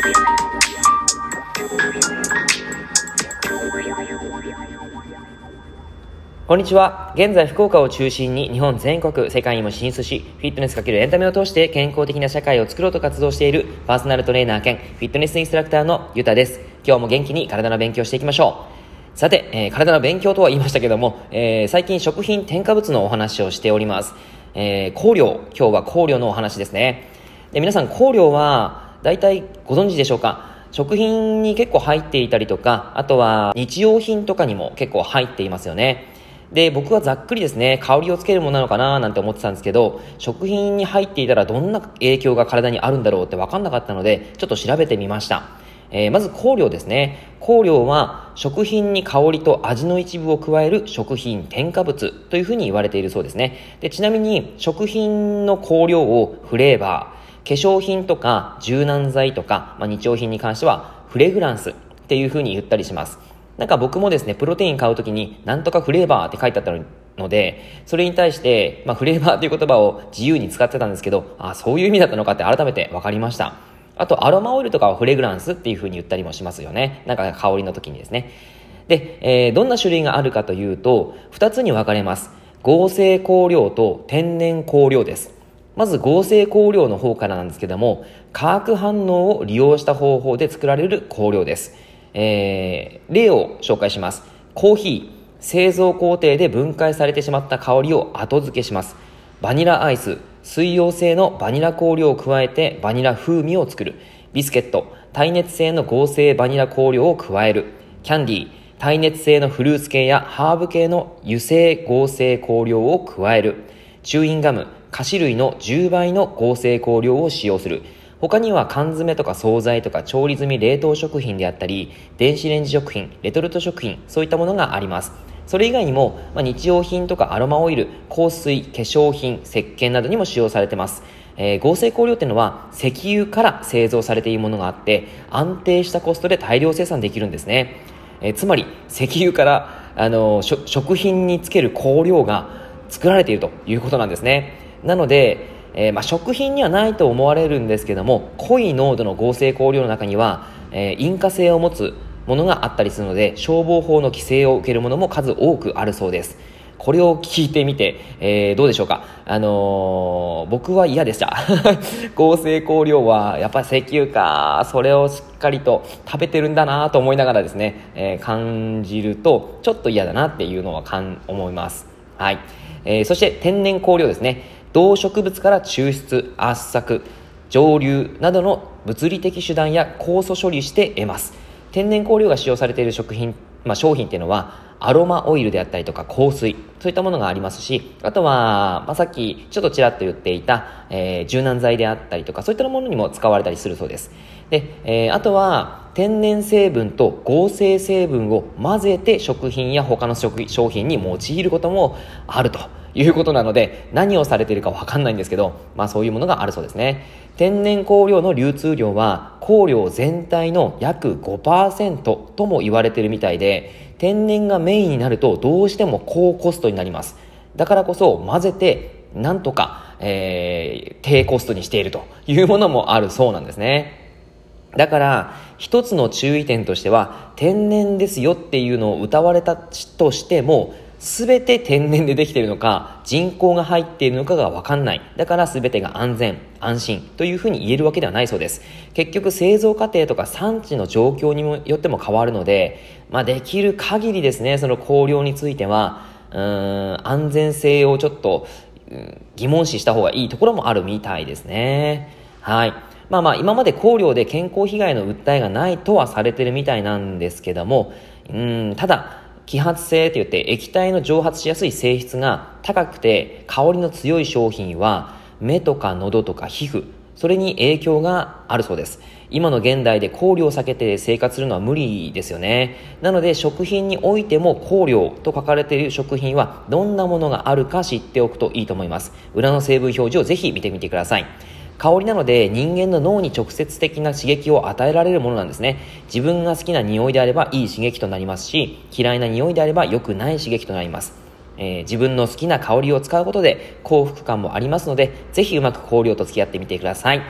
こんにちは。現在福岡を中心に日本全国、世界にも進出し、フィットネス×エンタメを通して健康的な社会を作ろうと活動しているパーソナルトレーナー兼フィットネスインストラクターのゆたです。今日も元気に体の勉強していきましょう。さて、体の勉強とは言いましたけども、最近食品添加物のお話をしております。香料、今日は香料のお話ですね。で、皆さん香料は大体ご存知でしょうか？食品に結構入っていたりとか、あとは日用品とかにも結構入っていますよね。で、僕はざっくりですね、香りをつけるものなのかななんて思ってたんですけど、食品に入っていたらどんな影響が体にあるんだろうって分かんなかったので、ちょっと調べてみました。まず香料ですね。香料は食品に香りと味の一部を加える食品添加物というふうに言われているそうですね。で、ちなみに食品の香料をフレーバー、化粧品とか柔軟剤とか、日用品に関してはフレグランスっていうふうに言ったりします。なんか僕もですね、プロテイン買うときになんとかフレーバーって書いてあったので、それに対して、フレーバーという言葉を自由に使ってたんですけど、そういう意味だったのかって改めて分かりました。あとアロマオイルとかはフレグランスっていう風に言ったりもしますよね。なんか香りの時にですね。で、どんな種類があるかというと、2つに分かれます。合成香料と天然香料です。まず合成香料の方からなんですけども、化学反応を利用した方法で作られる香料です。例を紹介します。コーヒー、製造工程で分解されてしまった香りを後付けします。バニラアイス、水溶性のバニラ香料を加えてバニラ風味を作る。ビスケット、耐熱性の合成バニラ香料を加える。キャンディー、耐熱性のフルーツ系やハーブ系の油性合成香料を加える。チューインガム、菓子類の10倍の合成香料を使用する。他には缶詰とか惣菜とか調理済み冷凍食品であったり、電子レンジ食品、レトルト食品、そういったものがあります。それ以外にも、日用品とかアロマオイル、香水、化粧品、石鹸などにも使用されています。合成香料っていうのは石油から製造されているものがあって、安定したコストで大量生産できるんですね。つまり石油から食品につける香料が作られているということなんですね。なので食品にはないと思われるんですけども、濃い濃度の合成香料の中には、引火性を持つものがあったりするので、消防法の規制を受けるものも数多くあるそうです。これを聞いてみて、どうでしょうか。僕は嫌でした合成香料はやっぱり石油か、それをしっかりと食べてるんだなと思いながらですね、感じるとちょっと嫌だなっていうのは思います。はい。そして天然香料ですね。動植物から抽出、圧搾、蒸留などの物理的手段や酵素処理して得ます。天然香料が使用されている食品、商品っていうのはアロマオイルであったりとか香水、そういったものがありますし、あとは、さっきちょっとちらっと言っていた、柔軟剤であったりとか、そういったものにも使われたりするそうです。で、あとは天然成分と合成成分を混ぜて食品や他の商品に用いることもあるということなので、何をされているか分かんないんですけど、そういうものがあるそうですね。天然香料の流通量は香料全体の約 5% とも言われているみたいで、天然がメインになるとどうしても高コストになります。だからこそ混ぜてなんとか、低コストにしているというものもあるそうなんですね。だから一つの注意点としては、天然ですよっていうのを謳われたとしても、全て天然でできているのか人工が入っているのかが分かんない。だから全てが安全安心というふうに言えるわけではないそうです。結局製造過程とか産地の状況によっても変わるので、できる限りですね、その香料については安全性をちょっと疑問視した方がいいところもあるみたいですね。はい。今まで香料で健康被害の訴えがないとはされてるみたいなんですけども、ただ揮発性といって液体の蒸発しやすい性質が高くて香りの強い商品は目とか喉とか皮膚、それに影響があるそうです。今の現代で香料を避けて生活するのは無理ですよね。なので食品においても香料と書かれている食品はどんなものがあるか知っておくといいと思います。裏の成分表示をぜひ見てみてください。香りなので人間の脳に直接的な刺激を与えられるものなんですね。自分が好きな匂いであればいい刺激となりますし、嫌いな匂いであれば良くない刺激となります。自分の好きな香りを使うことで幸福感もありますので、ぜひうまく香料と付き合ってみてください。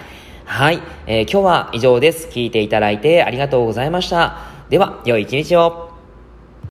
はい、今日は以上です。聞いていただいてありがとうございました。では、良い一日を。